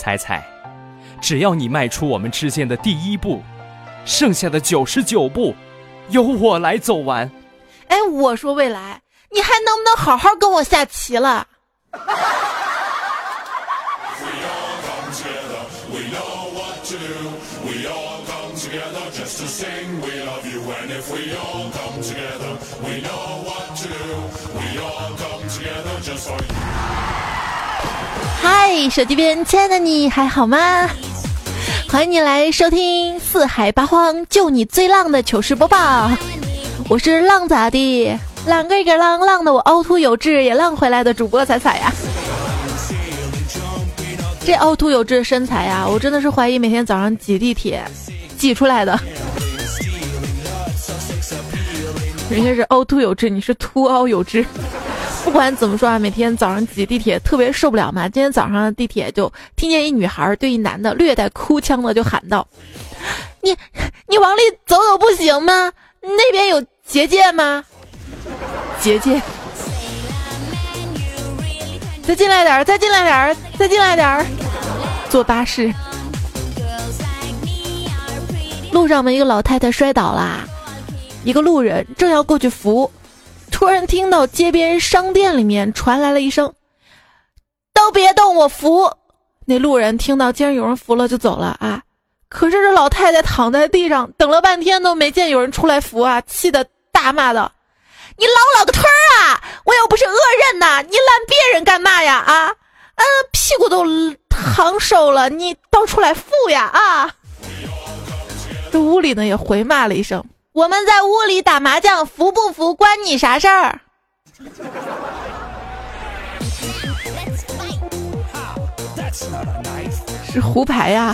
彩彩，只要你迈出我们之间的第一步，剩下的99步由我来走完。 哎，我说未来，你还能不能好好跟我下棋了？嗨，手机边亲爱的你还好吗？欢迎你来收听四海八荒就你最浪的糗事播报，我是浪咋地，浪个一个浪，浪的我凹凸有致也浪回来的主播彩彩呀。这凹凸有致的身材呀，我真的是怀疑每天早上挤地铁挤出来的。人家是凹凸有致，你是凸凹有致。不管怎么说啊，每天早上挤地铁特别受不了嘛。今天早上的地铁就听见一女孩对一男的略带哭腔的就喊道：你往里走走不行吗？那边有结界吗？结界，再进来点儿，再进来点儿，再进来点儿。坐巴士，路上的一个老太太摔倒啦，一个路人正要过去扶，突然听到街边商店里面传来了一声：都别动，我扶。那路人听到竟然有人扶了就走了啊，可是这老太太躺在地上等了半天都没见有人出来扶啊，气得大骂道：你老个腿儿啊，我又不是恶人呐，你拦别人干嘛呀啊？屁股都烫手了，你倒出来扶呀啊！这屋里呢也回骂了一声：我们在屋里打麻将，服不服关你啥事儿？是胡牌呀！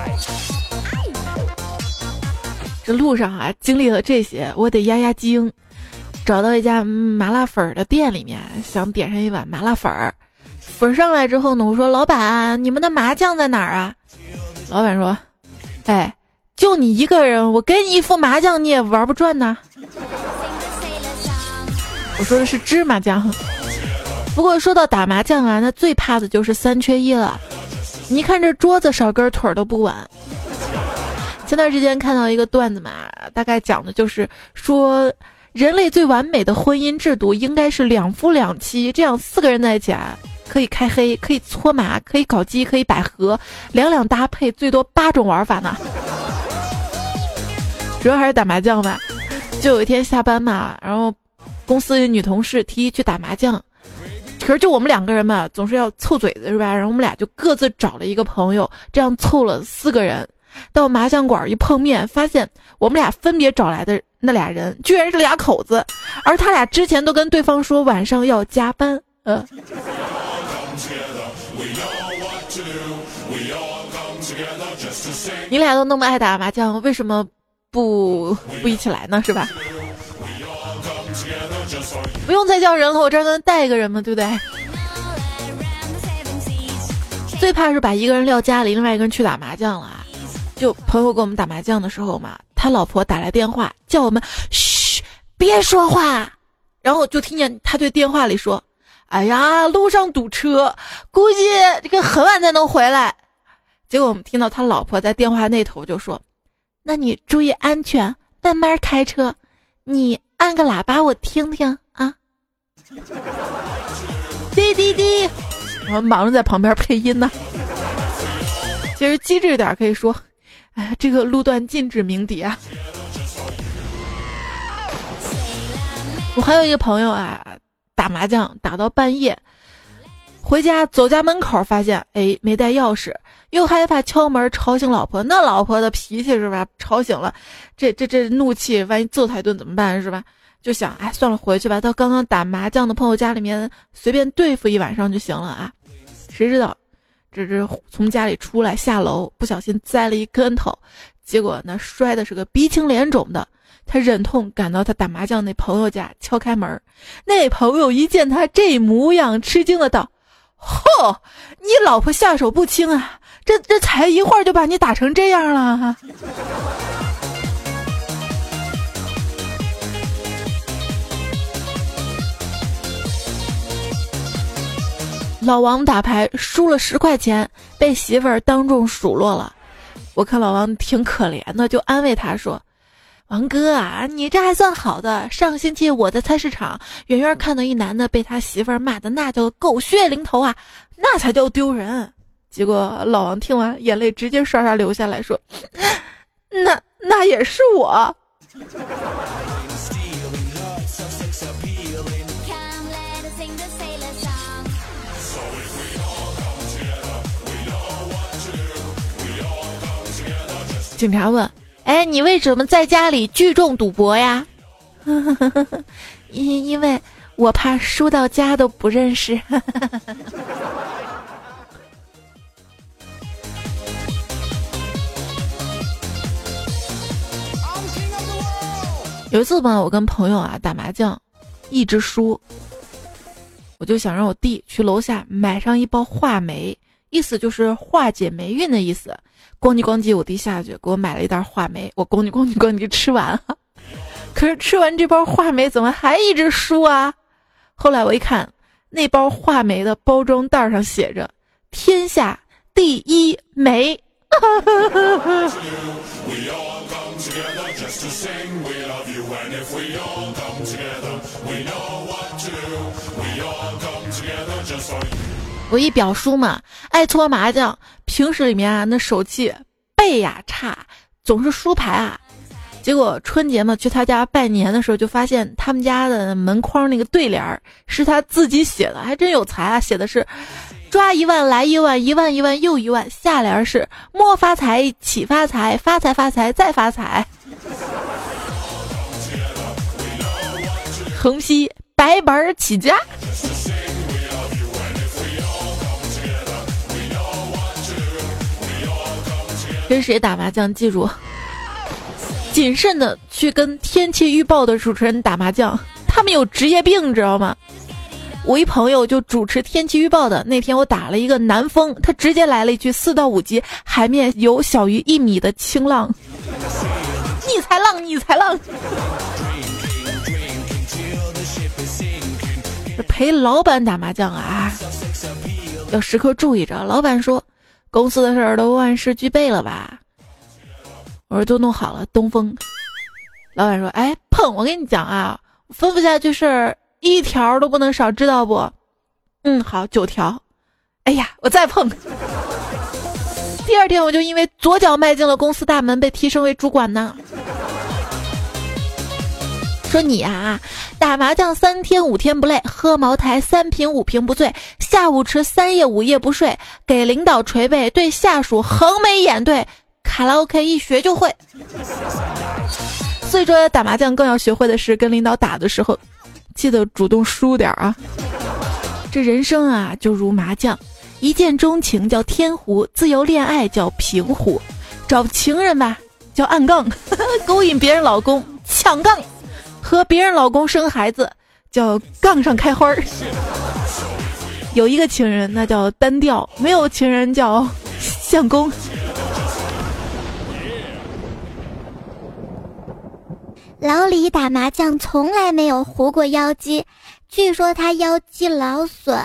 这路上啊，经历了这些，我得压压惊。找到一家麻辣粉的店里面，想点上一碗麻辣粉儿。粉上来之后呢，我说老板，你们的麻将在哪儿啊？老板说：哎，就你一个人，我给你一副麻将你也玩不转呢。我说的是芝麻酱。不过说到打麻将啊，那最怕的就是3缺1了。你看这桌子少根腿都不稳。前段时间看到一个段子嘛，大概讲的就是说人类最完美的婚姻制度应该是2夫2妻，这样4个人在一起啊，可以开黑，可以搓麻，可以搞基，可以百合，两搭配，最多8种玩法呢。主要还是打麻将吧。就有一天下班嘛，然后公司的女同事提议去打麻将，可是就我们2个人嘛，总是要凑嘴子是吧？然后我们俩就各自找了一个朋友，这样凑了4个人。到麻将馆一碰面，发现我们俩分别找来的那俩人居然是2口子，而他俩之前都跟对方说晚上要加班。你俩都那么爱打麻将，为什么不一起来呢？是吧？不用再叫人了，我这儿能带一个人吗？对不对？最怕是把一个人撂家里，另外一个人去打麻将了。就朋友跟我们打麻将的时候嘛，他老婆打来电话叫我们嘘别说话，然后就听见他对电话里说：哎呀，路上堵车，估计这个很晚才能回来。结果我们听到他老婆在电话那头就说：那你注意安全，慢慢开车，你按个喇叭我听听啊。滴滴滴，我忙着在旁边配音呢。其实机智点可以说：哎呀，这个路段禁止鸣笛啊！我还有一个朋友啊，打麻将打到半夜，回家走家门口发现，哎，没带钥匙，又害怕敲门吵醒老婆。那老婆的脾气是吧？吵醒了，这怒气，万一揍他一顿怎么办是吧？就想，哎，算了，回去吧，到刚刚打麻将的朋友家里面随便对付一晚上就行了啊。谁知道？这从家里出来下楼，不小心栽了一跟头，结果呢摔的是个鼻青脸肿的。他忍痛赶到他打麻将那朋友家，敲开门。那朋友一见他这模样，吃惊的道：嚯，你老婆下手不轻啊，这才一会儿就把你打成这样了哈。 老王打牌输了10块钱，被媳妇儿当众数落了。我看老王挺可怜的，就安慰他说，王哥啊，你这还算好的，上星期我在菜市场远远看到一男的被他媳妇儿骂的那叫狗血淋头啊，那才叫丢人。结果老王听完眼泪直接刷刷流下来说，那也是我。警察问，哎，你为什么在家里聚众赌博呀？因为我怕输到家都不认识。有一次吧，我跟朋友打麻将，一直输，我就想让我弟去楼下买上一包话梅，意思就是化解霉运的意思。咣叽咣叽，我弟下去给我买了一袋话梅，我咣叽咣叽咣叽吃完了。可是吃完这包话梅怎么还一直输啊？后来我一看，那包话梅的包装袋上写着天下第一梅。我一表叔嘛，爱搓麻将，平时里面那手气背差，总是输牌结果春节嘛，去他家拜年的时候，就发现他们家的门框那个对联是他自己写的，还真有才写的是抓1万来1万，1万1万又1万，下联是摸发财起发财，发财发财再发财。横批白板起家。跟谁打麻将，记住谨慎的去跟天气预报的主持人打麻将，他们有职业病，知道吗？我一朋友就主持天气预报的，那天我打了一个南风，他直接来了一句4到5级，海面有小于1米的清浪。你才浪，你才浪。陪老板打麻将要时刻注意着。老板说，公司的事儿都万事俱备了吧？我说都弄好了，东风。老板说，哎，碰，我跟你讲吩咐下去事儿1条都不能少，知道不？好，9条。哎呀，我再碰。第二天我就因为左脚迈进了公司大门被提升为主管呢。说你打麻将3天5天不累，喝茅台3瓶5瓶不醉，下午吃3夜5夜不睡，给领导捶背，对下属横眉眼对，卡拉 OK 一学就会。所以说打麻将更要学会的是跟领导打的时候记得主动输点这人生就如麻将，一见钟情叫天胡，自由恋爱叫平胡，找情人吧叫暗杠，勾引别人老公抢杠，和别人老公生孩子叫杠上开花。有一个情人那叫单调，没有情人叫相公。 老李打麻将从来没有胡过腰肌，据说他腰肌劳损。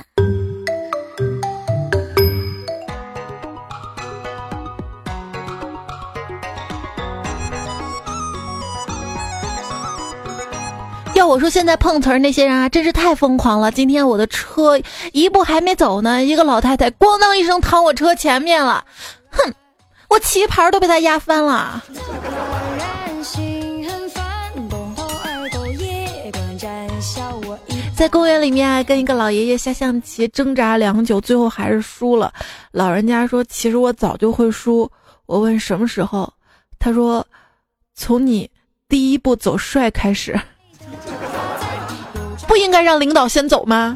要我说现在碰瓷儿那些人真是太疯狂了。今天我的车一步还没走呢，一个老太太咣当一声躺我车前面了，哼，我棋盘都被她压翻了。在公园里面跟一个老爷爷下象棋，挣扎良久，最后还是输了。老人家说，其实我早就会输。我问什么时候，他说从你第一步走帅开始。不应该让领导先走吗？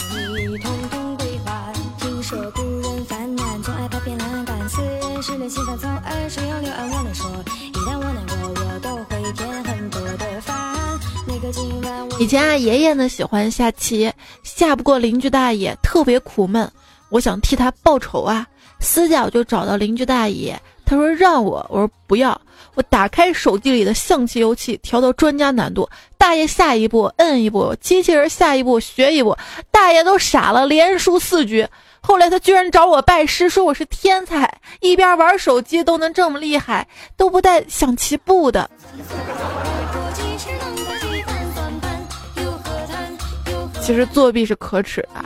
以前爷爷呢喜欢下棋，下不过邻居大爷，特别苦闷。我想替他报仇私下我就找到邻居大爷， 他说让我说不要。我打开手机里的象棋游戏，调到专家难度，大爷下一步摁一步，机器人下一步学一步，大爷都傻了，连输4局。后来他居然找我拜师，说我是天才，一边玩手机都能这么厉害，都不带想棋步的。其实作弊是可耻的。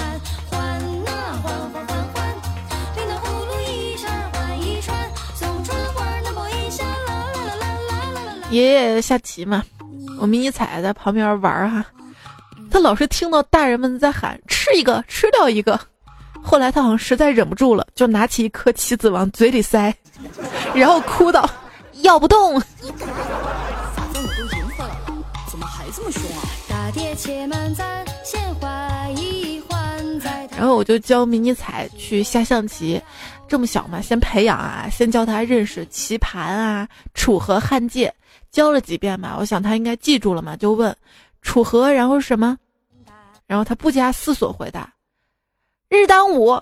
爷爷下棋嘛，我迷你彩在旁边玩哈，他老是听到大人们在喊吃一个吃掉一个，后来他好像实在忍不住了，就拿起一颗棋子往嘴里塞，然后哭道要不动。 法宗我都赢回来了，怎么还这么凶啊？大爹且慢咱先缓一缓再。 然后我就教迷你彩去下象棋，这么小嘛，先培养啊，先教他认识棋盘啊、楚河汉界。教了几遍嘛，我想他应该记住了嘛，就问楚河然后什么，然后他不加思索回答日当午。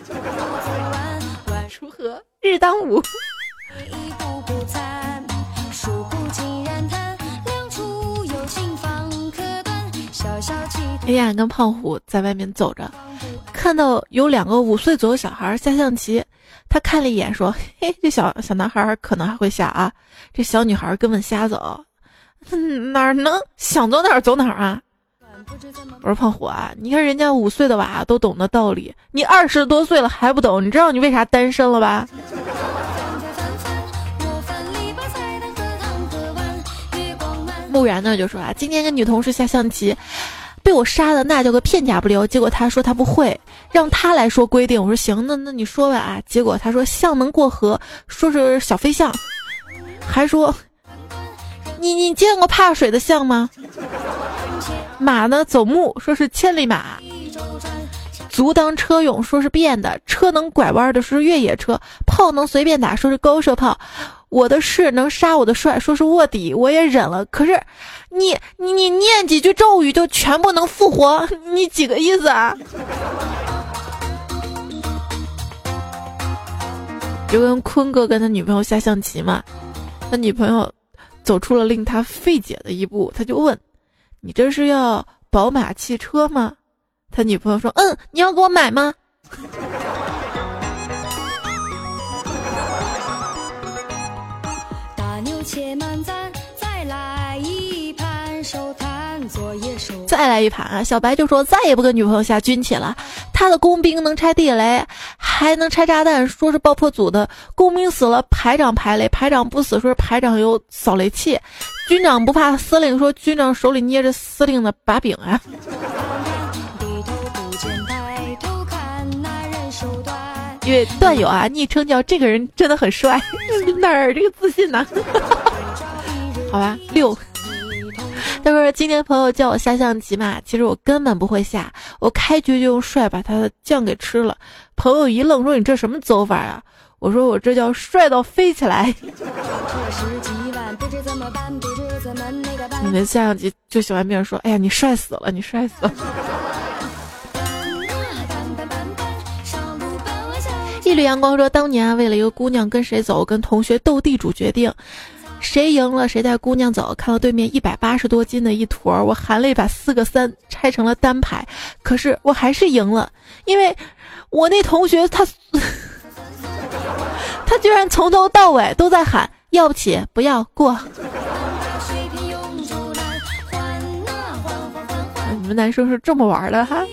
楚河日当午。哎呀，跟胖虎在外面走着，看到有2个5岁左右小孩下象棋，他看了一眼说嘿，这小男孩可能还会下啊，这小女孩根本瞎走，哪能想走哪儿走哪儿啊。我说胖虎啊，你看人家5岁的娃都懂得道理，你20多岁了还不懂，你知道你为啥单身了吧？木然呢就说啊，今天跟女同事下象棋，被我杀的那叫个片甲不留，结果他说他不会，让他来说规定。我说行，那你说吧啊。结果他说象能过河，说是小飞象，还说你见过怕水的象吗？马呢走木，说是千里马。足当车用，说是变的；车能拐弯的，说是越野车；炮能随便打，说是高射炮。我的士能杀我的帅，说是卧底，我也忍了。可是你念几句咒语就全部能复活，你几个意思啊？就跟坤哥跟他女朋友下象棋嘛，他女朋友走出了令他费解的一步，他就问：“你这是要宝马汽车吗？”他女朋友说：“你要给我买吗？”再来一盘啊！小白就说再也不跟女朋友下军棋了。他的工兵能拆地雷，还能拆炸弹，说是爆破组的。工兵死了，排长排雷；排长不死，说是排长有扫雷器。军长不怕司令，说军长手里捏着司令的把柄啊。因为段友啊，昵称叫这个人真的很帅，哪儿这个自信呢？好吧，6。他说今天朋友叫我下象棋嘛，其实我根本不会下，我开局就用帅把他的将给吃了。朋友一愣说你这什么走法啊？我说我这叫帅到飞起来。你们下象棋就喜欢别人说哎呀你帅死了，你帅死了。一缕阳光说当年为了一个姑娘跟谁走，跟同学斗地主决定谁赢了谁带姑娘走，看到对面180多斤的一坨，我含泪把4个3拆成了单排，可是我还是赢了，因为我那同学他居然从头到尾都在喊要不起不要过。你们男生是这么玩的哈。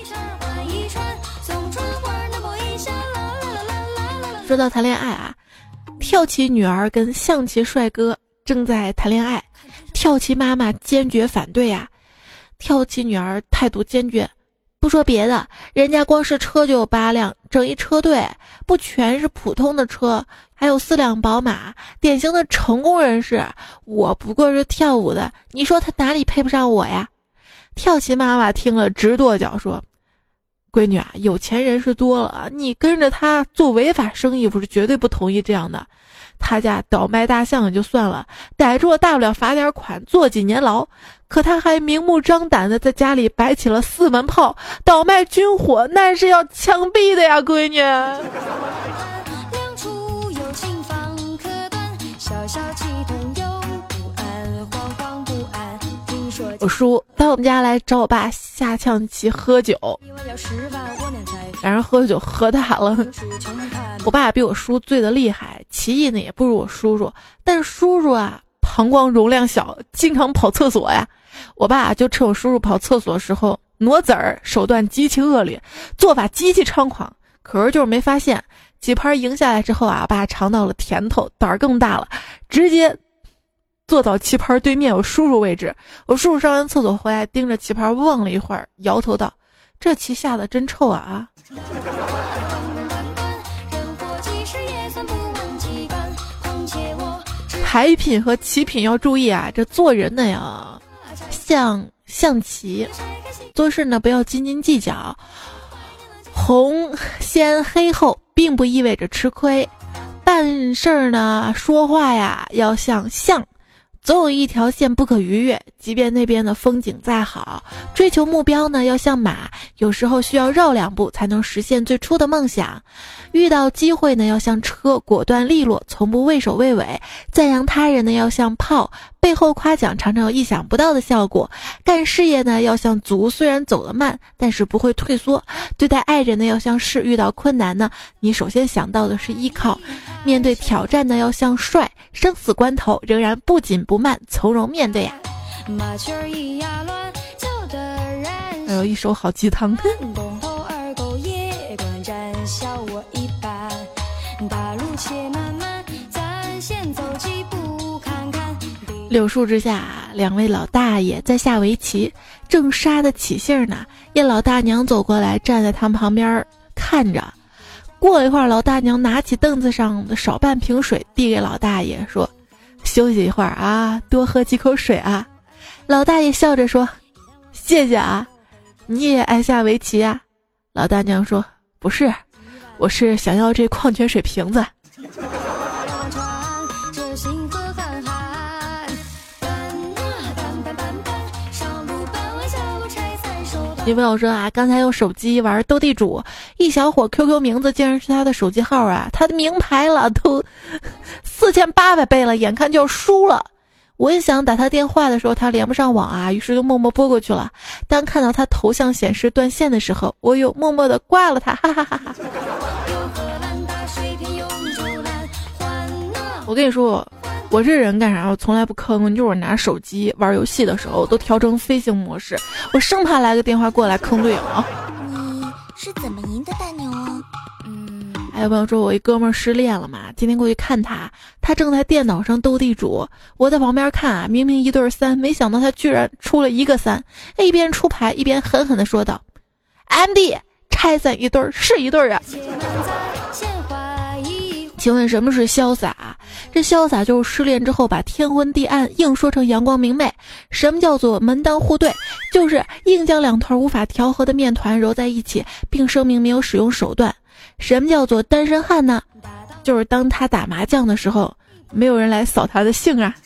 说到谈恋爱啊，跳棋女儿跟象棋帅哥正在谈恋爱，跳棋妈妈坚决反对啊。跳棋女儿态度坚决，不说别的，人家光是车就有8辆，整一车队，不全是普通的车，还有4辆宝马，典型的成功人士。我不过是跳舞的，你说他哪里配不上我呀？跳棋妈妈听了直跺脚说，闺女啊，有钱人是多了，你跟着他做违法生意，我是绝对不同意这样的。他家倒卖大象也就算了，逮住了大不了罚点款，坐几年牢。可他还明目张胆的在家里摆起了4门炮，倒卖军火，那是要枪毙的呀，闺女。 我叔到我们家来找我爸下象棋喝酒，两人喝酒喝大了，我爸比我叔醉得厉害，棋艺呢也不如我叔叔，但是叔叔啊膀胱容量小，经常跑厕所呀。我爸就趁我叔叔跑厕所的时候挪子儿，手段极其恶劣，做法极其猖狂。可是就是没发现，几盘赢下来之后啊，我爸尝到了甜头，胆儿更大了，直接坐到棋盘对面我叔叔位置。我叔叔上完厕所回来，盯着棋盘望了一会儿，摇头道：“这棋下的真臭啊！”牌品和棋品要注意啊，这做人呢要像象棋，做事呢不要斤斤计较。红先黑后并不意味着吃亏，办事儿呢说话呀要像象，总有一条线不可逾越，即便那边的风景再好，追求目标呢要像马，有时候需要绕两步才能实现最初的梦想。遇到机会呢要像车，果断利落，从不畏首畏尾。赞扬他人呢要像炮，背后夸奖常常有意想不到的效果。干事业呢要像卒，虽然走得慢，但是不会退缩。对待爱人呢要像士，遇到困难呢你首先想到的是依靠。面对挑战呢要像帅，生死关头仍然不紧不慢，从容面对呀。哎呦，一手好鸡汤。柳树之下，两位老大爷在下围棋，正杀得起劲儿呢。一老大娘走过来，站在他们旁边看着。过了一会儿，老大娘拿起凳子上的少半瓶水，递给老大爷说：“休息一会儿啊，多喝几口水啊。”老大爷笑着说：“谢谢啊，你也爱下围棋啊？”老大娘说：“不是，我是想要这矿泉水瓶子。”女朋友说啊，刚才用手机玩斗地主，一小伙 QQ 名字竟然是他的手机号啊，他的名牌了，都4800倍了，眼看就要输了。我也想打他电话的时候，他连不上网啊，于是就默默拨过去了。当看到他头像显示断线的时候，我又默默地挂了他，哈哈哈哈。我跟你说，我这人干啥我从来不坑，就是我拿手机玩游戏的时候都调成飞行模式，我生怕来个电话过来坑队友。 你是怎么赢的大牛啊？ 还有朋友说我一哥们儿失恋了嘛，今天过去看他，他正在电脑上斗地主，我在旁边看啊，明明一对3，没想到他居然出了一个3，一边出牌一边狠狠地说道 ：“MD 拆散一对是一对啊！”请问什么是潇洒？这潇洒就是失恋之后把天昏地暗硬说成阳光明媚。什么叫做门当户对？就是硬将两团无法调和的面团揉在一起，并声明没有使用手段。什么叫做单身汉呢？就是当他打麻将的时候，没有人来扫他的兴啊！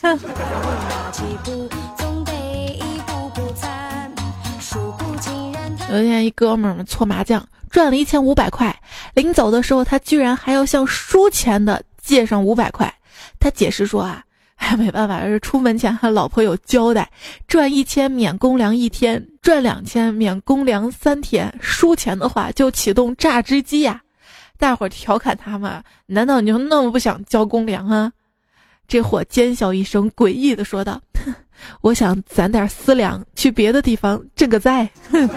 有一天，一哥们儿们搓麻将，赚了1500块，临走的时候，他居然还要向输钱的借上500块。他解释说啊，没办法，是出门前和老婆有交代，赚1000免公粮1天，赚2000免公粮3天，输钱的话就启动榨汁机呀。大伙儿调侃他们，难道你就那么不想交公粮啊？这货尖笑一声，诡异地说道：“我想攒点私粮，去别的地方赈个灾。”哼。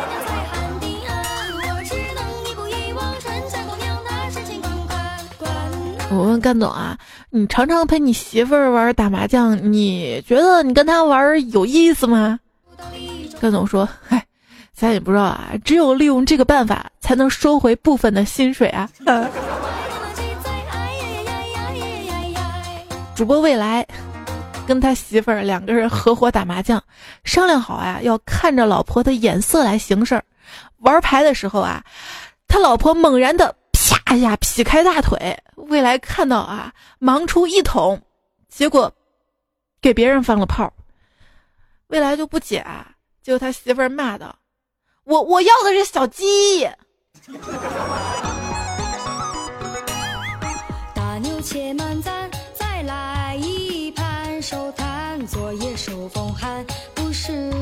我问干总啊，你常常陪你媳妇儿玩打麻将，你觉得你跟她玩有意思吗？干总说，嗨，咱也不知道啊，只有利用这个办法才能收回部分的薪水啊。主播未来跟他媳妇儿2个人合伙打麻将，商量好啊，要看着老婆的眼色来行事儿。玩牌的时候啊，他老婆猛然的啪一下劈开大腿，未来看到啊，忙出一桶，结果给别人放了炮。未来就不解啊，结果他媳妇儿骂道：“我要的是小鸡。” 大牛且慢赞，再来一盘手摊，昨夜手风寒，不是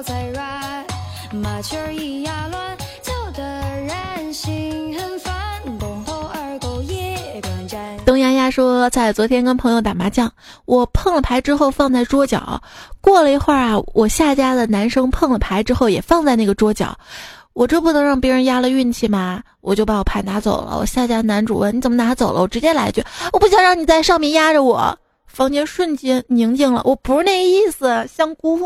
才软，麻雀儿咿呀乱，叫得人心很烦，东头二狗也短暂。 东丫丫说，在昨天跟朋友打麻将，我碰了牌之后放在桌角，过了一会儿啊，我下家的男生碰了牌之后也放在那个桌角，我这不能让别人压了运气吗？我就把我牌拿走了。我下家男主问你怎么拿走了，我直接来一句我不想让你在上面压着我。房间瞬间宁静了，我不是那意思，香菇。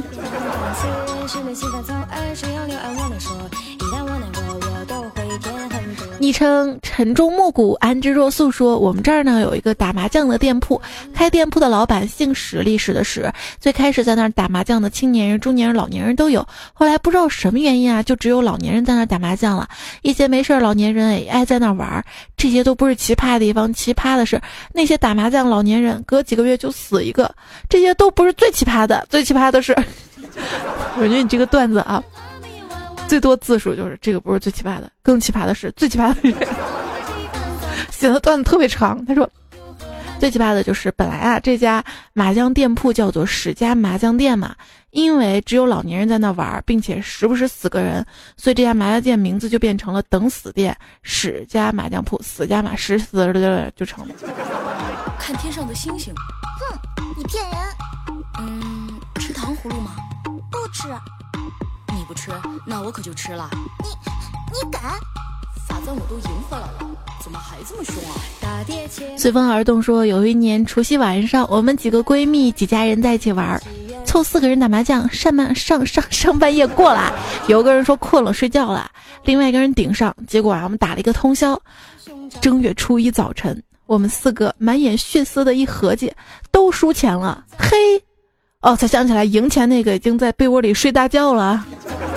昵称沉重木骨安之若素说，我们这儿呢有一个打麻将的店铺，开店铺的老板姓史，历史的史。最开始在那儿打麻将的青年人、中年人、老年人都有，后来不知道什么原因啊，就只有老年人在那儿打麻将了。一些没事老年人也爱在那儿玩，这些都不是奇葩的地方，奇葩的是那些打麻将老年人隔几个月就死一个，这些都不是最奇葩的，最奇葩的是我觉得你这个段子啊最多字数就是这个不是最奇葩的，更奇葩的是最奇葩的是写的段子特别长。他说最奇葩的就是本来啊这家麻将店铺叫做史家麻将店嘛，因为只有老年人在那玩，并且时不时死个人，所以这家麻将店名字就变成了等死店，史家麻将铺，死家嘛，死就成了。 看天上的星星。 哼，你骗人。 吃糖葫芦吗？ 不吃。 你不吃，那我可就吃了。 你敢？ 法簪我都赢回来了，怎么还这么凶啊？打碟切。 随风而动说，有一年除夕晚上，我们几个闺蜜几家人在一起玩，凑4个人打麻将，上半夜过了，有个人说困了睡觉了，另外一个人顶上，结果啊我们打了一个通宵。正月初一早晨，我们4个满眼血丝的一合计，都输钱了。嘿，哦，才想起来赢钱那个已经在被窝里睡大觉了。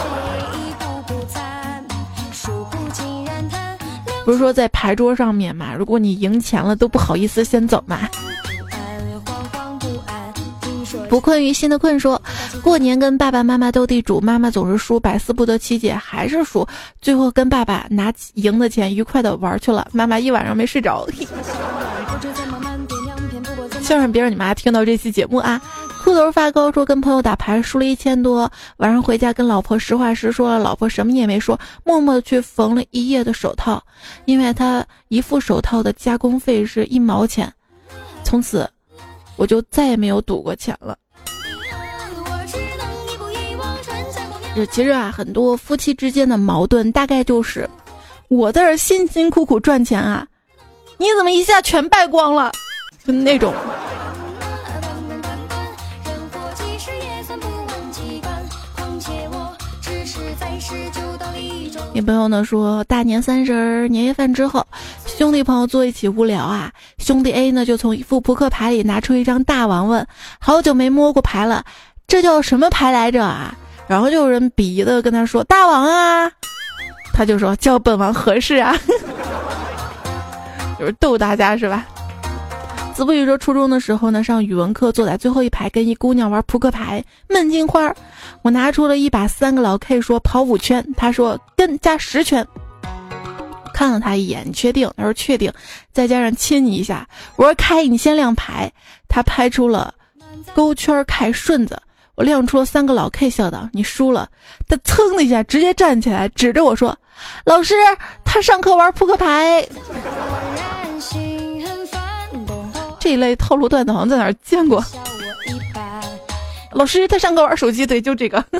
不是说在牌桌上面嘛，如果你赢钱了都不好意思先走嘛。不困于心的困说，过年跟爸爸妈妈斗地主，妈妈总是输，百思不得其解，还是输，最后跟爸爸拿赢的钱愉快的玩去了，妈妈一晚上没睡着。希望别让你妈听到这期节目啊。秃头发高说跟朋友打牌输了1000多，晚上回家跟老婆实话实说了，老婆什么也没说，默默的去缝了1夜的手套，因为他一副手套的加工费是1毛钱。从此我就再也没有赌过钱了。其实啊，很多夫妻之间的矛盾大概就是我在这辛辛苦苦赚钱啊，你怎么一下全败光了，就那种。你朋友呢说，大年30年夜饭之后，兄弟朋友坐一起无聊啊，兄弟 A 呢就从一副扑克牌里拿出一张大王，问好久没摸过牌了，这叫什么牌来着啊？然后就有人鄙夷的跟他说大王啊，他就说叫本王合适啊。就是逗大家是吧？子不语说，初中的时候呢，上语文课坐在最后一排，跟一姑娘玩扑克牌，闷金花。我拿出了一把3个老 K， 说跑5圈，他说跟加10圈。看了他一眼，你确定？他说确定，再加上亲你一下。我说开，你先亮牌。他拍出了勾圈凯顺子，我亮出了3个老 K， 笑道你输了。他噌的一下直接站起来，指着我说，老师，他上课玩扑克牌。这一类套路段子好像在哪儿见过。老师，他上课玩手机，对，就这个。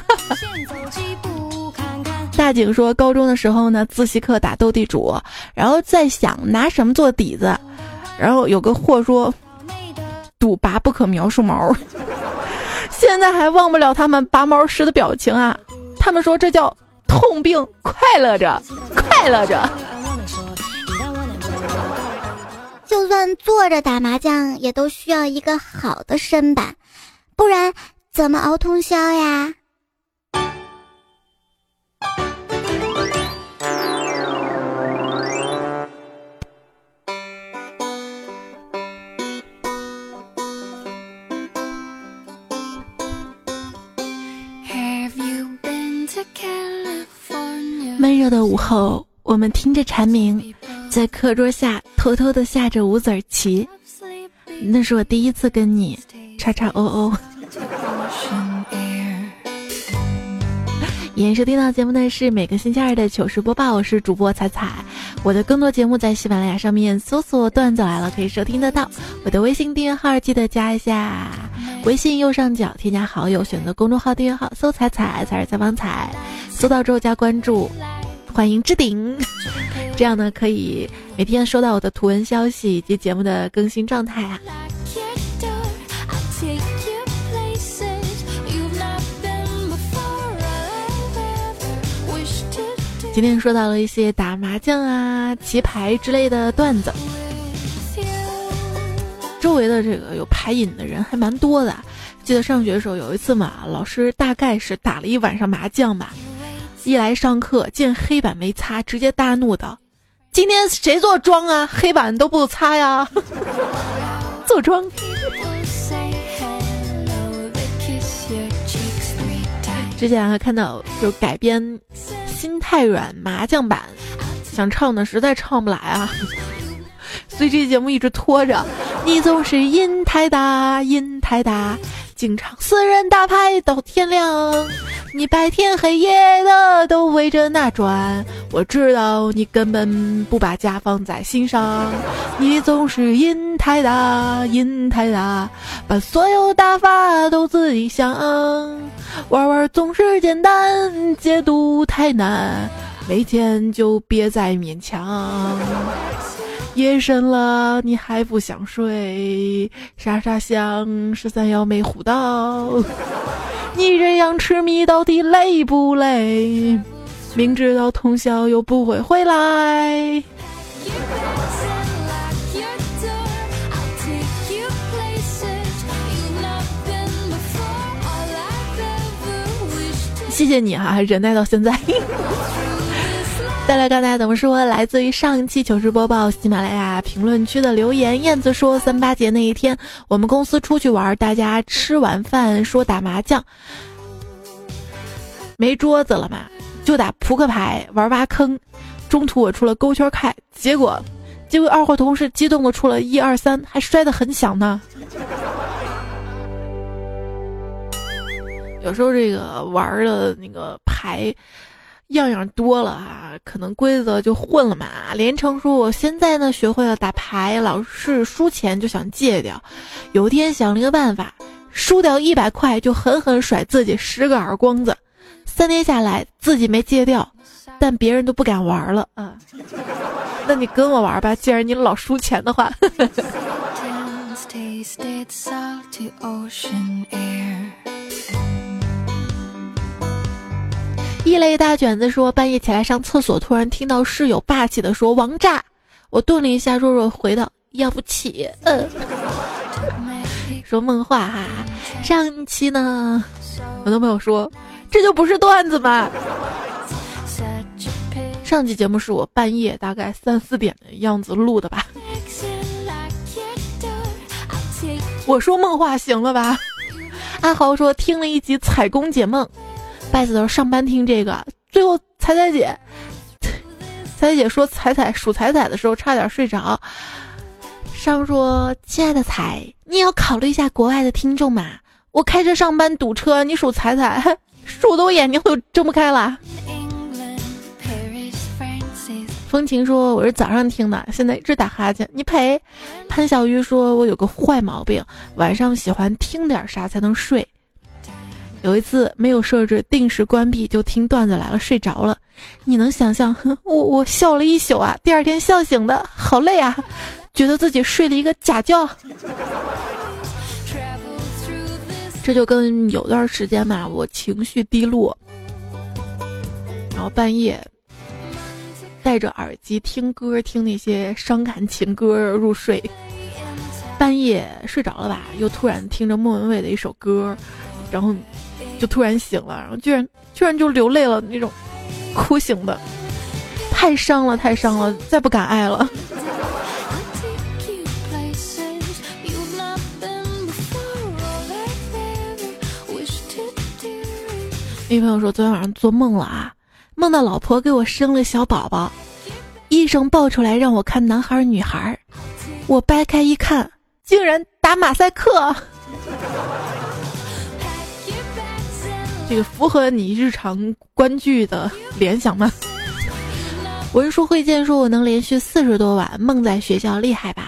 大景说，高中的时候呢，自习课打斗地主，然后在想拿什么做底子，然后有个货说赌拔不可描述毛，现在还忘不了他们拔毛时的表情啊！他们说这叫痛并快乐着，快乐着。 就算坐着打麻将，也都需要一个好的身板，不然怎么熬通宵呀闷热的午后，我们听着蝉鸣，在课桌下偷偷地下着五子棋。那是我第一次跟你叉叉哦哦。 演收听到节目呢是每个星期二的糗事播报，我是主播彩彩。我的更多节目在喜马拉雅上面搜索段子来了可以收听得到。我的微信订阅号记得加一下，微信右上角添加好友，选择公众号订阅号，搜彩彩才是采访彩，搜到之后加关注，欢迎置顶。这样呢可以每天收到我的图文消息以及节目的更新状态啊。今天说到了一些打麻将啊、棋牌之类的段子，周围的这个有牌瘾的人还蛮多的。记得上学的时候有一次嘛，老师大概是打了一晚上麻将吧，一来上课见黑板没擦，直接大怒道：“今天谁做庄啊？黑板都不擦呀！”做庄。之前还看到就改编心太软麻将版，想唱的实在唱不来啊，所以这期节目一直拖着。你总是瘾太大，瘾太大，经常私人打牌到天亮，你白天黑夜的都围着那转，我知道你根本不把家放在心上。你总是瘾太大，瘾太大，把所有打法都自己想，玩玩总是简单，解读太难，没钱就别再勉强。夜深了你还不想睡，傻傻想13幺没唬到，你这样痴迷到底累不累？明知道通宵又不会回来。谢谢你哈，忍耐到现在。再来看大家怎么说，来自于上一期糗事播报喜马拉雅评论区的留言。燕子说，38节那一天我们公司出去玩，大家吃完饭说打麻将，没桌子了嘛，就打扑克牌玩挖坑，中途我出了勾圈开，结果二货同事激动的出了1、2、3，还摔得很响呢。有时候这个玩的那个牌样样多了啊，可能规则就混了嘛。连城说，我现在呢学会了打牌，老是输钱就想戒掉，有天想了一个办法，输掉100块就狠狠甩自己10个耳光子，3天下来自己没戒掉，但别人都不敢玩了啊。那你跟我玩吧，既然你老输钱的话。一类大卷子说，半夜起来上厕所，突然听到室友霸气的说王炸，我顿了一下，弱弱回道要不起。说梦话哈。上一期呢，很多朋友说这就不是段子嘛。上期节目是我半夜大概3、4点的样子录的吧。我说梦话行了吧。阿豪说听了一集彩工解梦，拜子头上班听这个，最后彩彩姐说彩彩数彩彩的时候差点睡着。上说亲爱的彩，你也要考虑一下国外的听众嘛，我开车上班堵车，你数彩彩，数的我眼睛都睁不开了。风情说我是早上听的，现在一直打哈欠，你赔。潘小鱼说我有个坏毛病，晚上喜欢听点啥才能睡。有一次没有设置定时关闭就听段子来了睡着了，你能想象我笑了一宿啊，第二天笑醒的好累啊，觉得自己睡了一个假觉。这就跟有段时间嘛，我情绪低落，然后半夜戴着耳机听歌，听那些伤感情歌入睡，半夜睡着了吧，又突然听着莫文蔚的一首歌，然后就突然醒了，然后居然就流泪了，那种哭醒的，太伤了，再不敢爱了。一朋友说昨天晚上做梦了啊，梦到老婆给我生了小宝宝，医生抱出来让我看男孩女孩，我掰开一看，竟然打马赛克。 这个符合你日常观剧的联想吗？文书会见说我能连续40多晚梦在学校，厉害吧？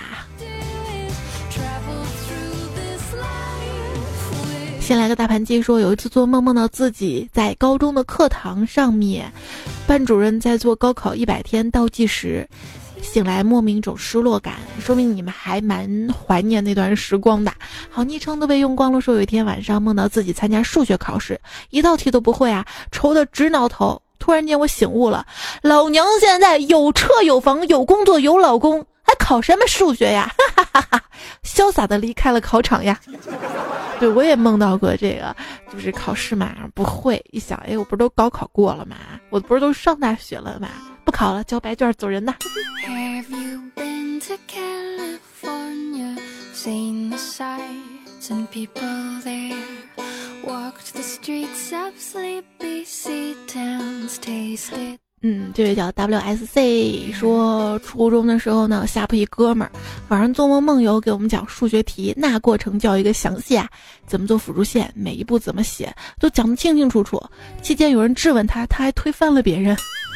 先来个大盘鸡说，有一次做梦梦到自己在高中的课堂上面，班主任在做高考100天倒计时，醒来莫名一种失落感，说明你们还蛮怀念那段时光的。好昵称都被用光了，说有一天晚上梦到自己参加数学考试，一道题都不会啊，愁得直挠头。突然间我醒悟了，老娘现在有车有房有工作有老公，还考什么数学呀？哈哈哈哈！潇洒的离开了考场呀。对，我也梦到过这个，就是考试嘛，不会，一想，哎，我不是都高考过了吗？我不是都上大学了吗？不考了，交白卷走人呐。 Have you been to California? Seen the sights and people there? Walked the streets of sleepy sea towns, tasted. 这位叫 WSC 说，初中的时候呢，下铺一哥们儿晚上做梦梦游给我们讲数学题，那过程叫一个详细啊，怎么做辅助线，每一步怎么写，都讲得清清楚楚。期间有人质问他，他还推翻了别人。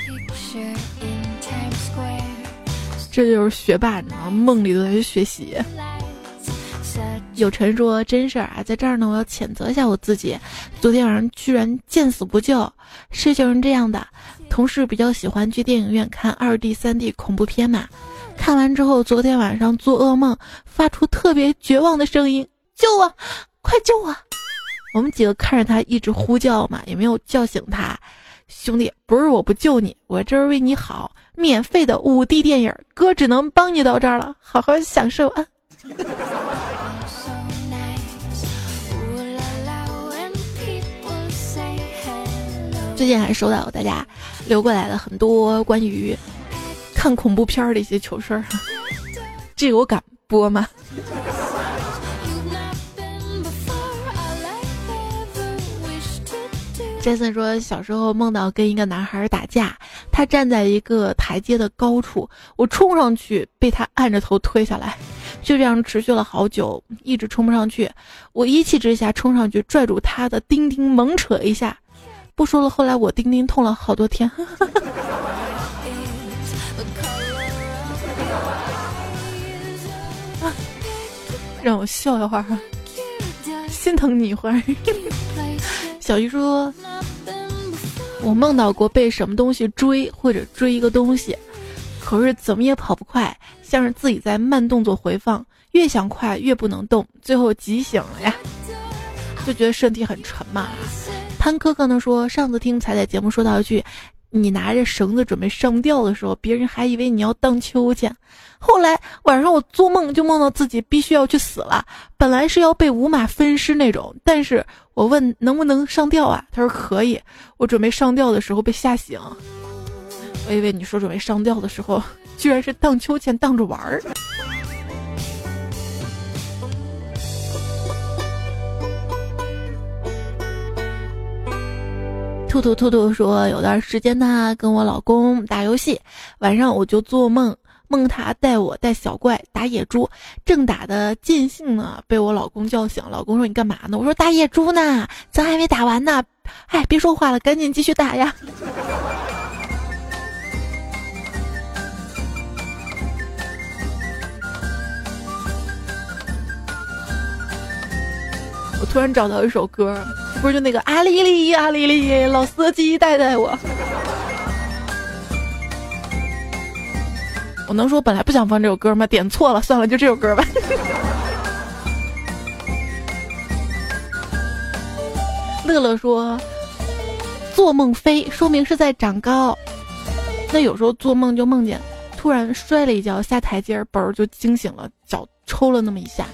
这就是学霸，你知道吗？梦里都在学习。有陈说，真事儿啊，在这儿呢，我要谴责一下我自己，昨天晚上居然见死不救。事情是这样的，同事比较喜欢去电影院看2D、3D 恐怖片嘛，看完之后，昨天晚上做噩梦，发出特别绝望的声音：“救我，快救我！”我们几个看着他一直呼叫嘛，也没有叫醒他。兄弟，不是我不救你，我这是为你好，免费的5D 电影，哥只能帮你到这儿了，好好享受啊。最近还收到大家留过来的很多关于看恐怖片的一些糗事儿，这个我敢播吗？Jason 说，小时候梦到跟一个男孩打架，他站在一个台阶的高处，我冲上去被他按着头推下来，就这样持续了好久，一直冲不上去。我一气之下冲上去拽住他的丁丁猛扯一下，不说了，后来我丁丁痛了好多天。让我笑一会儿，心疼你一会儿。小鱼说，我梦到过被什么东西追，或者追一个东西，可是怎么也跑不快，像是自己在慢动作回放，越想快越不能动，最后急醒了呀，就觉得身体很沉嘛。潘科科呢说，上次听彩彩节目说到一句，你拿着绳子准备上吊的时候，别人还以为你要荡秋千。后来晚上我做梦就梦到自己必须要去死了，本来是要被五马分尸那种，但是我问能不能上吊啊，他说可以。我准备上吊的时候被吓醒，我以为你说准备上吊的时候，居然是荡秋千荡着玩儿。兔兔说，有段时间呢跟我老公打游戏，晚上我就做梦他带我带小怪打野猪，正打的尽兴呢，被我老公叫醒。老公说你干嘛呢？我说打野猪呢，咱还没打完呢。哎，别说话了，赶紧继续打呀。我突然找到一首歌，不是就那个阿丽丽阿丽丽，老司机带带我。我能说本来不想放这首歌吗？点错了，算了，就这首歌吧。乐乐说，做梦飞说明是在长高，那有时候做梦就梦见突然摔了一跤，下台阶本儿就惊醒了，脚抽了那么一下。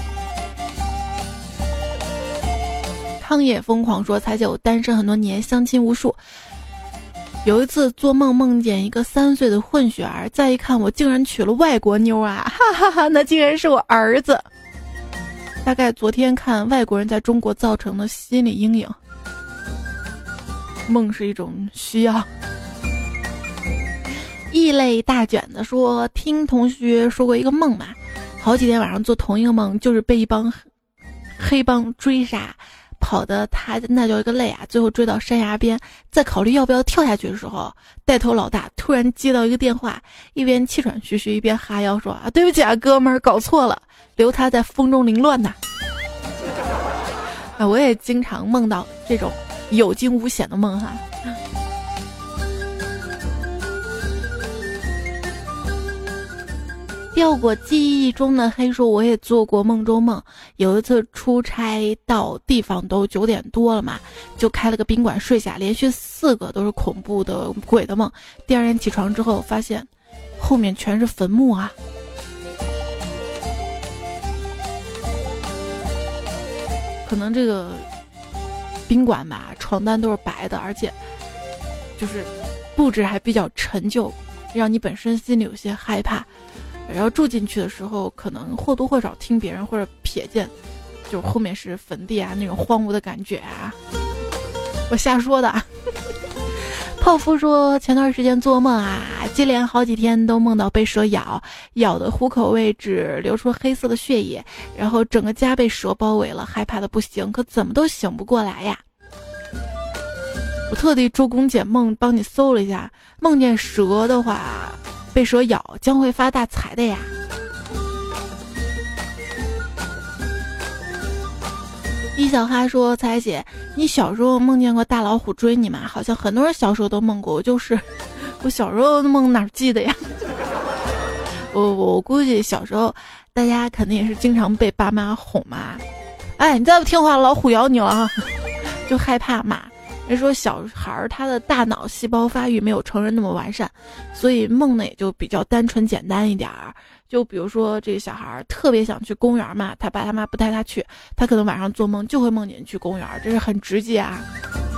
汤也疯狂说，彩姐我单身很多年，相亲无数，有一次做梦梦见一个3岁的混血儿，再一看我竟然娶了外国妞啊，哈哈哈，那竟然是我儿子。大概昨天看外国人在中国造成的心理阴影。梦是一种需要。异类大卷子说，听同学说过一个梦嘛，好几天晚上做同一个梦，就是被一帮黑帮追杀， 跑的他那叫一个累啊！最后追到山崖边，在考虑要不要跳下去的时候，带头老大突然接到一个电话，一边气喘吁吁一边哈腰说：“啊，对不起啊，哥们儿，搞错了，留他在风中凌乱呐。”啊，我也经常梦到这种有惊无险的梦哈。掉过记忆中的黑说，我也做过梦中梦。有一次出差到地方都9点多了嘛，就开了个宾馆睡下，连续4个都是恐怖的鬼的梦。第二天起床之后，发现后面全是坟墓啊！可能这个宾馆吧，床单都是白的，而且就是布置还比较陈旧，让你本身心里有些害怕。然后住进去的时候，可能或多或少听别人或者瞥见，就是后面是坟地啊，那种荒芜的感觉啊。我瞎说的。泡芙说，前段时间做梦啊，接连好几天都梦到被蛇咬，咬的虎口位置流出黑色的血液，然后整个家被蛇包围了，害怕的不行，可怎么都醒不过来呀。我特地周公解梦帮你搜了一下，梦见蛇的话，被蛇咬将会发大财的呀。一小哈说，彩姐，你小时候梦见过大老虎追你吗？好像很多人小时候都梦过，我小时候梦哪记得呀。我估计小时候大家肯定也是经常被爸妈哄嘛，哎，你再不听话老虎咬你了啊，就害怕嘛。人说小孩他的大脑细胞发育没有成人那么完善，所以梦呢也就比较单纯简单一点儿。就比如说这个小孩特别想去公园嘛，他爸他妈不带他去，他可能晚上做梦就会梦见去公园，这是很直接啊。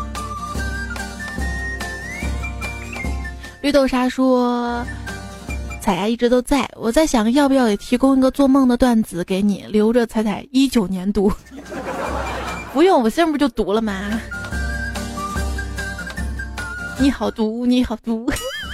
绿豆沙说，彩呀一直都在，我在想要不要也提供一个做梦的段子给你，留着彩彩19年读。不用，我现在不就读了吗？你好毒，你好毒。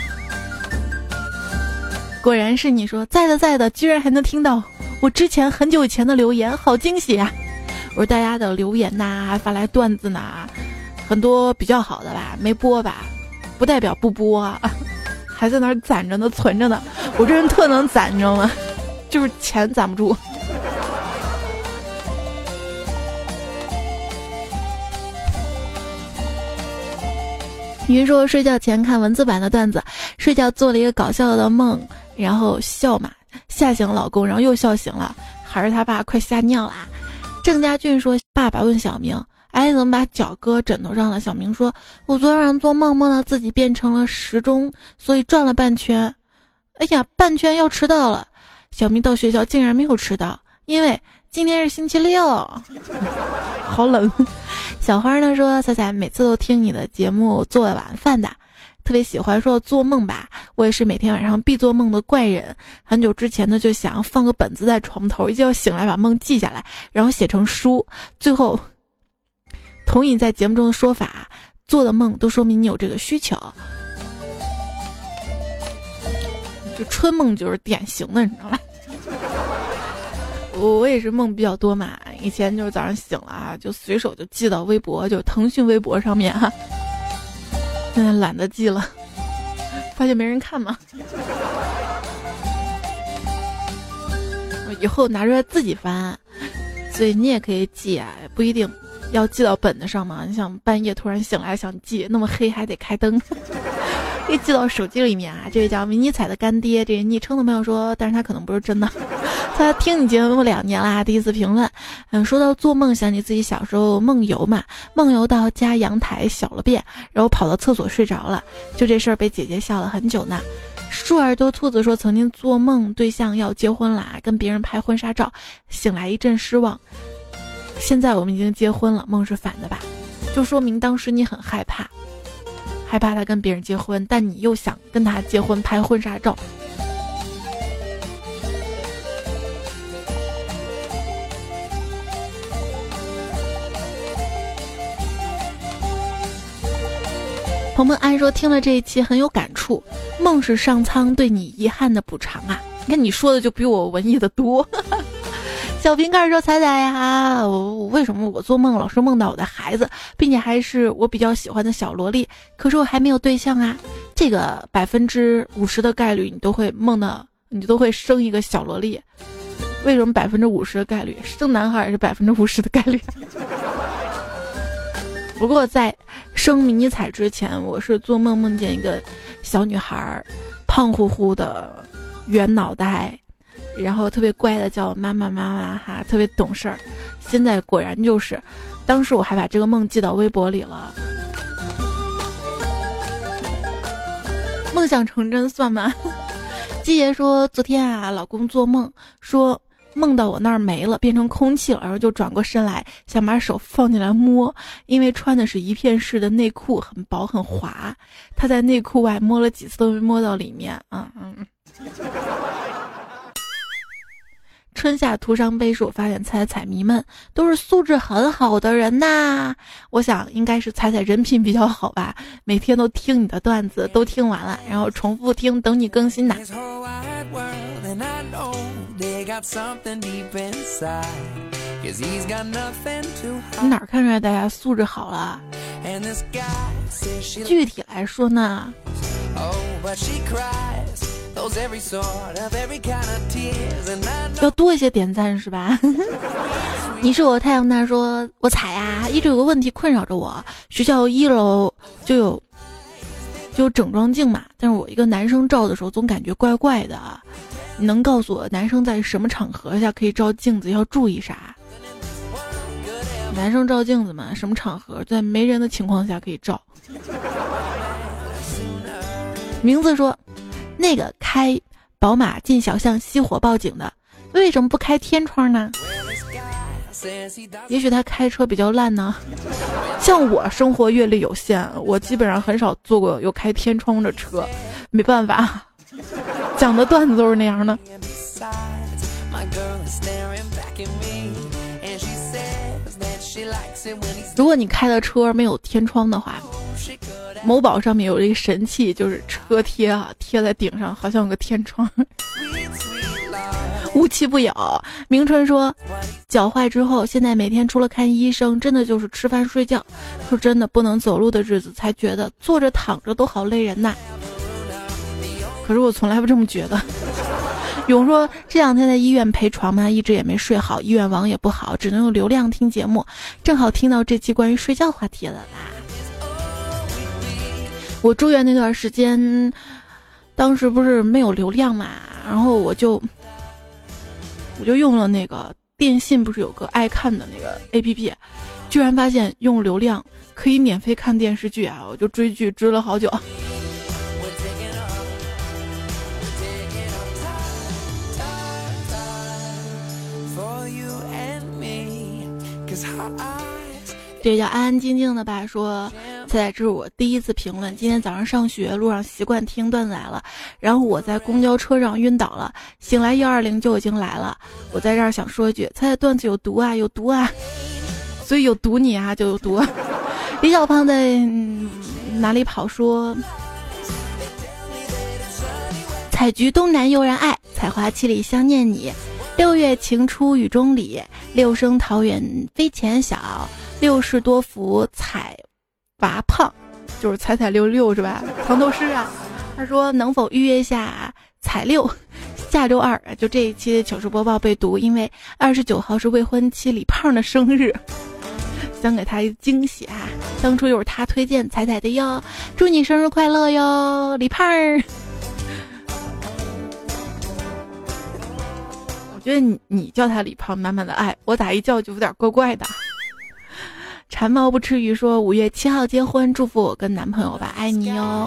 果然是你说在的在的，居然还能听到我之前很久以前的留言，好惊喜啊！我说大家的留言呐，发来段子呐，很多比较好的吧，没播吧，不代表不播啊，还在那儿攒着呢，存着呢。我这人特能攒，你知道吗？就是钱攒不住。云说睡觉前看文字版的段子，睡觉做了一个搞笑的梦，然后笑嘛，吓醒老公，然后又笑醒了，还是他爸快吓尿啦。郑家俊说，爸爸问小明，哎，怎么把脚搁枕头上了？小明说，我昨天晚上做梦，梦到自己变成了时钟，所以转了半圈。哎呀，半圈要迟到了。小明到学校竟然没有迟到，因为今天是星期六。好冷。小花呢说，彩彩每次都听你的节目做晚饭的，特别喜欢说做梦吧，我也是每天晚上必做梦的怪人。很久之前呢就想放个本子在床头，一觉醒来把梦记下来，然后写成书。最后同意在节目中的说法，做的梦都说明你有这个需求。就春梦就是典型的，你知道吧？我也是梦比较多嘛，以前就是早上醒了啊，就随手就记到微博，就腾讯微博上面哈。现在懒得记了，发现没人看嘛。我以后拿出来自己翻，所以你也可以记啊，不一定要记到本子上嘛。你想半夜突然醒来想记，那么黑还得开灯。可以记到手机里面啊。这位叫迷你彩的干爹，这个昵称的朋友说，但是他可能不是真的。他听你节目2年啦，第一次评论。说到做梦，想起自己小时候梦游嘛，梦游到家阳台小了便，然后跑到厕所睡着了，就这事儿被姐姐笑了很久呢。树耳朵兔子说，曾经做梦对象要结婚啦，跟别人拍婚纱照，醒来一阵失望。现在我们已经结婚了，梦是反的吧？就说明当时你很害怕他跟别人结婚，但你又想跟他结婚拍婚纱照。鹏鹏安说，听了这一期很有感触，梦是上苍对你遗憾的补偿啊！你看你说的就比我文艺的多。 小瓶盖说彩彩呀，我为什么我做梦老是梦到我的孩子，并且还是我比较喜欢的小萝莉，可是我还没有对象啊。这个50%的概率你都会梦到，你都会生一个小萝莉。为什么50%的概率生男孩也是50%的概率？不过在生迷你彩之前，我是做梦梦见一个小女孩，胖乎乎的，圆脑袋，然后特别乖的叫我妈妈妈妈哈，特别懂事儿。现在果然就是，当时我还把这个梦记到微博里了。梦想成真算吗？季爷说昨天啊，老公做梦说梦到我那儿没了，变成空气了，然后就转过身来想把手放进来摸，因为穿的是一片式的内裤，很薄很滑，他在内裤外摸了几次都没摸到里面。春夏涂伤悲是我发现彩彩迷们都是素质很好的人呐，我想应该是彩彩人品比较好吧，每天都听你的段子都听完了，然后重复听等你更新呐。你哪看出来大家素质好了？具体来说呢，要多一些点赞是吧？你是我太阳蛋说，我彩呀，一直有个问题困扰着我，学校1楼就有整装镜嘛，但是我一个男生照的时候总感觉怪怪的，你能告诉我男生在什么场合下可以照镜子，要注意啥？男生照镜子嘛，什么场合在没人的情况下可以照？名字说那个开宝马进小巷熄火报警的，为什么不开天窗呢？也许他开车比较烂呢。像我生活阅历有限，我基本上很少坐过有开天窗的车，没办法，讲的段子都是那样的。如果你开的车没有天窗的话，某宝上面有一个神器，就是车贴啊，贴在顶上好像有个天窗。无奇不有。明春说脚坏之后现在每天除了看医生真的就是吃饭睡觉，说真的不能走路的日子才觉得坐着躺着都好累人呐。可是我从来不这么觉得。勇说这两天在医院陪床嘛，一直也没睡好，医院网也不好，只能用流量听节目，正好听到这期关于睡觉话题了啦。我住院那段时间，当时不是没有流量嘛，然后我就用了那个电信不是有个爱看的那个 APP， 居然发现用流量可以免费看电视剧啊，我就追剧追了好久。这叫安安静静的吧，说彩彩，这是我第一次评论，今天早上上学路上习惯听段子来了，然后我在公交车上晕倒了，醒来120就已经来了，我在这儿想说一句，彩彩段子有毒啊有毒啊，所以有毒你啊就有毒。李小胖在哪里跑说采菊东南悠然爱，采花七里香念你，6月晴初雨中里，6声桃源飞前晓，6世多福采娃胖，就是彩彩66是吧？藏头诗啊。他说能否预约一下彩6下周2，就这一期的糗事播报被读，因为29号是未婚妻李胖的生日，想给他一惊喜啊！当初又是他推荐彩彩的哟，祝你生日快乐哟，李胖儿！我觉得你叫他李胖，满满的爱，我咋一叫就有点怪怪的。馋猫不吃鱼说5月7号结婚，祝福我跟男朋友吧，爱你哦。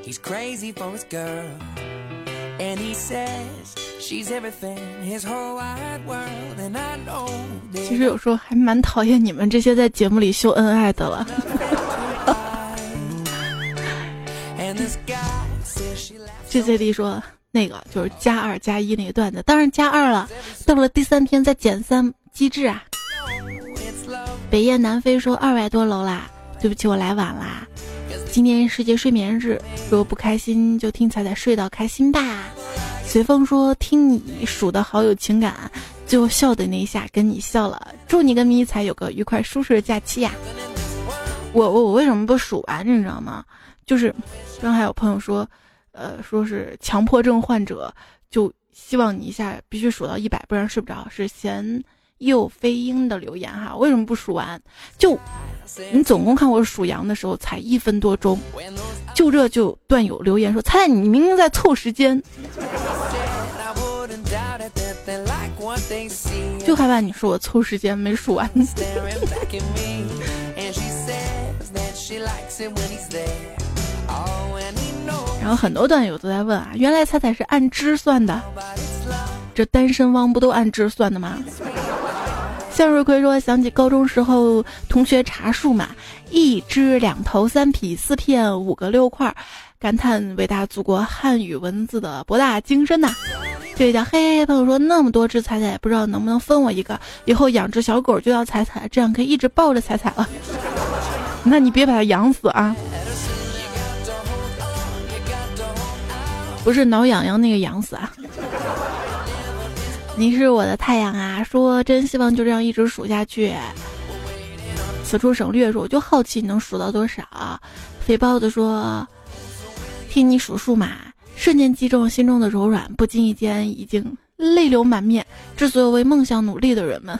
其实有时候还蛮讨厌你们这些在节目里秀恩爱的了。GCD 说那个就是+2加1那个段子，当然+2了，到了第3天再减3机智啊。北雁南飞说200多楼啦，对不起我来晚啦，今天世界睡眠日，如果不开心就听彩彩睡到开心吧。随风说听你数的好有情感， 最后笑的那一下跟你笑了，祝你跟迷彩有个愉快舒适的假期呀。我为什么不数完你知道吗？就是刚还有朋友说说是强迫症患者，就希望你一下必须数到100，不然睡不着，是贤右飞鹰的留言哈。为什么不数完？就你总共看我数羊的时候才1分多钟，就这就段友留言说猜你明明在凑时间，就害怕你说我凑时间没数完。然后很多段友都在问啊，原来彩彩是按支算的，这单身汪不都按支算的吗？向日葵说想起高中时候同学查数嘛，1支2头3匹4片5个6块，感叹伟大祖国汉语文字的博大精深呐。这位叫嘿嘿朋友说，那么多只彩彩，不知道能不能分我一个，以后养只小狗就叫彩彩，这样可以一直抱着彩彩了。那你别把它养死啊，不是挠痒痒那个痒死啊。你是我的太阳啊，说真希望就这样一直数下去。此处省略说，我就好奇你能数到多少。肥包子说，听你数数嘛，瞬间击中心中的柔软，不经意间已经泪流满面，致所有为梦想努力的人们。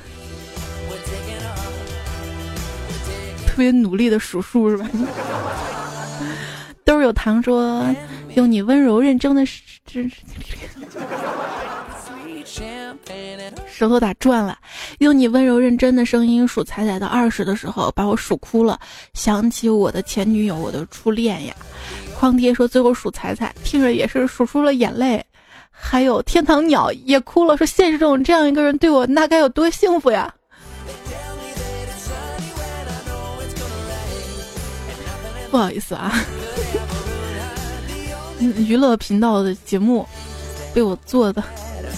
特别努力的数数是吧？都是有糖说，用你温柔认真的舌头打转了，用你温柔认真的声音数彩彩到20的时候，把我数哭了，想起我的前女友，我的初恋呀。匡爹说最后数彩彩，听着也是数出了眼泪。还有天堂鸟也哭了，说现实中这样一个人对我，那该有多幸福呀。不好意思啊，娱乐频道的节目被我做的。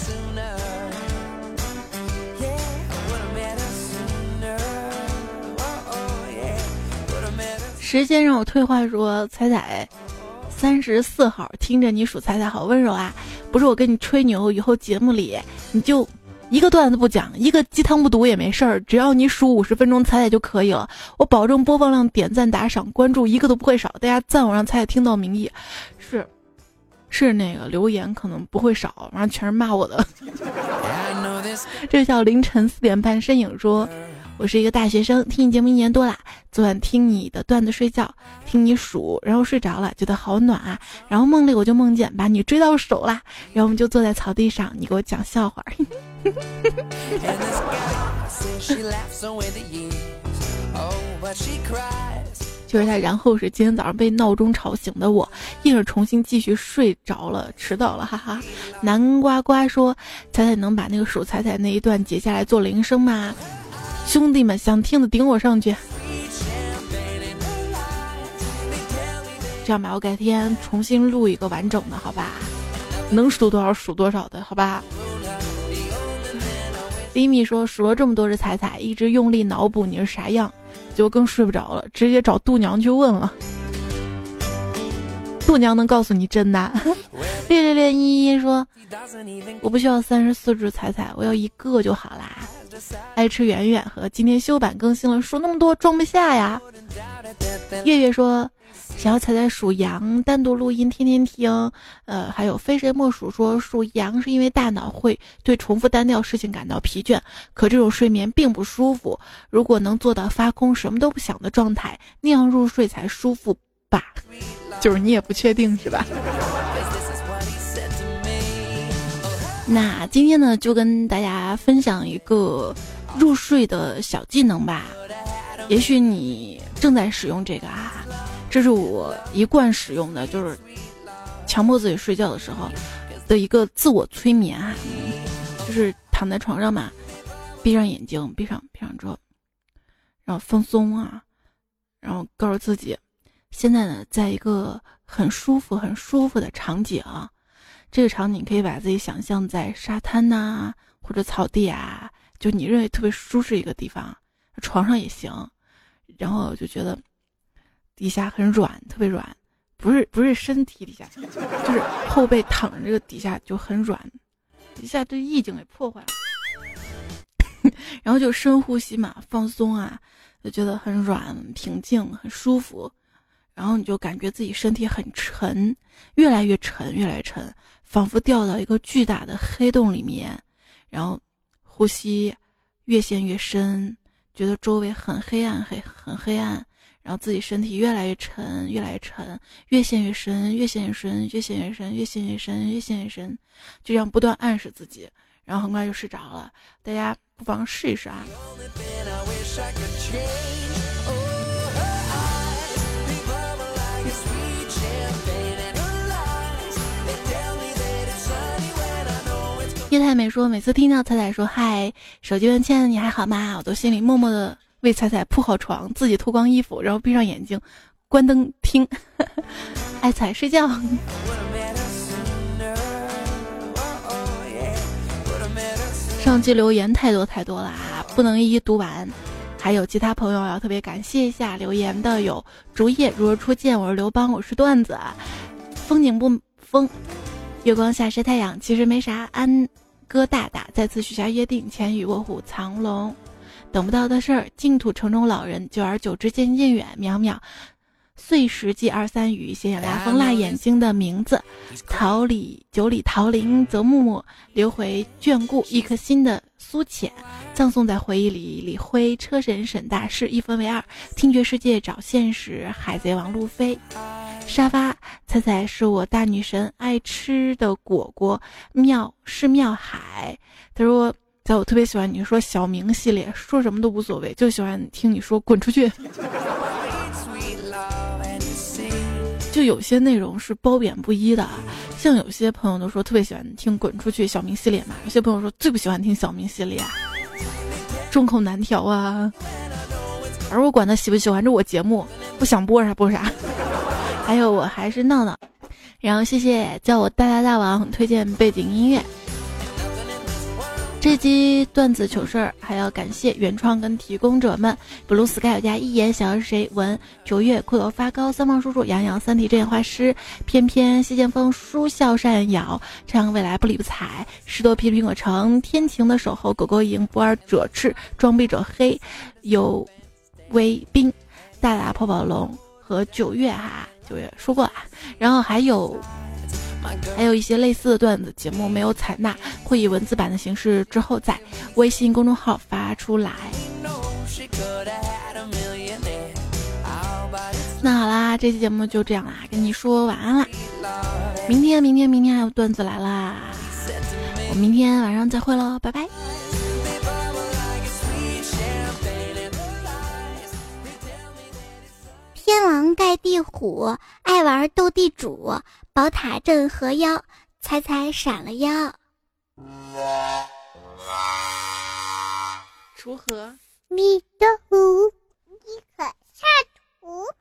时间让我退化说，彩彩34号，听着你数彩彩好温柔啊，不是我跟你吹牛，以后节目里你就一个段子不讲，一个鸡汤不读也没事儿，只要你数50分钟彩彩就可以了，我保证播放量、点赞、打赏、关注一个都不会少，大家赞我让彩彩听到名义。是那个留言可能不会少，然后全是骂我的。这叫凌晨4点半身影说，我是一个大学生，听你节目1年多啦，昨晚听你的段子睡觉，听你数，然后睡着了，觉得好暖啊，然后梦里我就梦见把你追到手啦，然后我们就坐在草地上，你给我讲笑话。就是他，然后是今天早上被闹钟吵醒的我，硬是重新继续睡着了，迟到了，哈哈。南瓜瓜说，彩彩能把那个数彩彩那一段截下来做铃声吗？兄弟们想听的顶我上去。这样吧，我改天重新录一个完整的，好吧？能数多少数多少的，好吧？李米说，数了这么多只彩彩，一直用力脑补你是啥样，结果更睡不着了，直接找度娘去问了。度娘能告诉你真的。66611说，我不需要34只彩彩，我要1个就好啦。爱吃圆圆和今天修版更新了，数那么多装不下呀。月月说，想要彩彩数羊单独录音天天听。还有非谁莫属说，数羊是因为大脑会对重复单调事情感到疲倦，可这种睡眠并不舒服，如果能做到发空什么都不想的状态，那样入睡才舒服吧。就是你也不确定是吧？那今天呢，就跟大家分享一个入睡的小技能吧。也许你正在使用这个啊，这是我一贯使用的，就是强迫自己睡觉的时候的一个自我催眠啊。就是躺在床上嘛，闭上眼睛，闭上之后，然后放松啊，然后告诉自己，现在呢，在一个很舒服的场景啊。这个场景可以把自己想象在沙滩呐，或者草地啊，就你认为特别舒适一个地方，床上也行。然后就觉得底下很软，特别软，不是身体底下，就是后背躺着这个底下就很软，一下对意境给破坏了。 然后就深呼吸嘛，放松啊，就觉得很软、平静、很舒服。然后你就感觉自己身体很沉，越来越沉，越来越沉，仿佛掉到一个巨大的黑洞里面。然后呼吸越陷越深，觉得周围很黑暗，很黑暗。然后自己身体越来越沉，越来越沉，越陷越深，越陷越深，越陷越深，越陷越深，越陷越深，就这样不断暗示自己，然后很快就睡着了。大家不妨试一试啊。叶太美说，每次听到彩彩说嗨，手机问亲爱的你还好吗，我都心里默默的为彩彩铺好床，自己脱光衣服，然后闭上眼睛关灯听爱彩睡觉。上期留言太多啦，不能一一读完，还有其他朋友要特别感谢一下留言的有竹叶如若初见，我是刘邦，我是段子，风景不风，月光下晒太阳，其实没啥，安哥大大再次许下约定，前与卧虎藏龙，等不到的事儿，净土城中老人，久而久之渐渐远，渺渺岁时记二三雨，斜眼拉风辣眼睛的名字，桃李九里桃林泽木木，留回眷顾一颗心的苏浅，葬送在回忆里李辉，车神沈大师一分为二，听觉世界找现实，海贼王路飞，沙发彩彩是我大女神，爱吃的果果妙是妙海。他说在我特别喜欢你说小明系列，说什么都无所谓，就喜欢听你说滚出去。就有些内容是褒贬不一的，像有些朋友都说特别喜欢听滚出去小明系列嘛，有些朋友说最不喜欢听小明系列，众口难调啊。而我管他喜不喜欢，这我节目不想播啥播啥。还有我还是闹闹，然后谢谢叫我大王推荐背景音乐。这期段子糗事儿还要感谢原创跟提供者们 Blue Sky 有加一言小是谁文9月骷髅发高三胖叔叔杨洋三体阵眼画师偏偏西剑锋书笑善咬唱未来不理不睬士多啤苹果城天晴的守候狗狗营不二者赤装逼者黑有为兵大大泡泡龙和9月9月说过了，然后还有一些类似的段子节目没有采纳，会以文字版的形式之后在微信公众号发出来。那好啦，这期节目就这样啦，跟你说晚安啦。明天还有段子来啦，我明天晚上再会喽，拜拜。 天王盖地虎，爱玩斗地主，宝塔镇河妖，彩彩闪了腰。 锄禾米的虎，一可下土。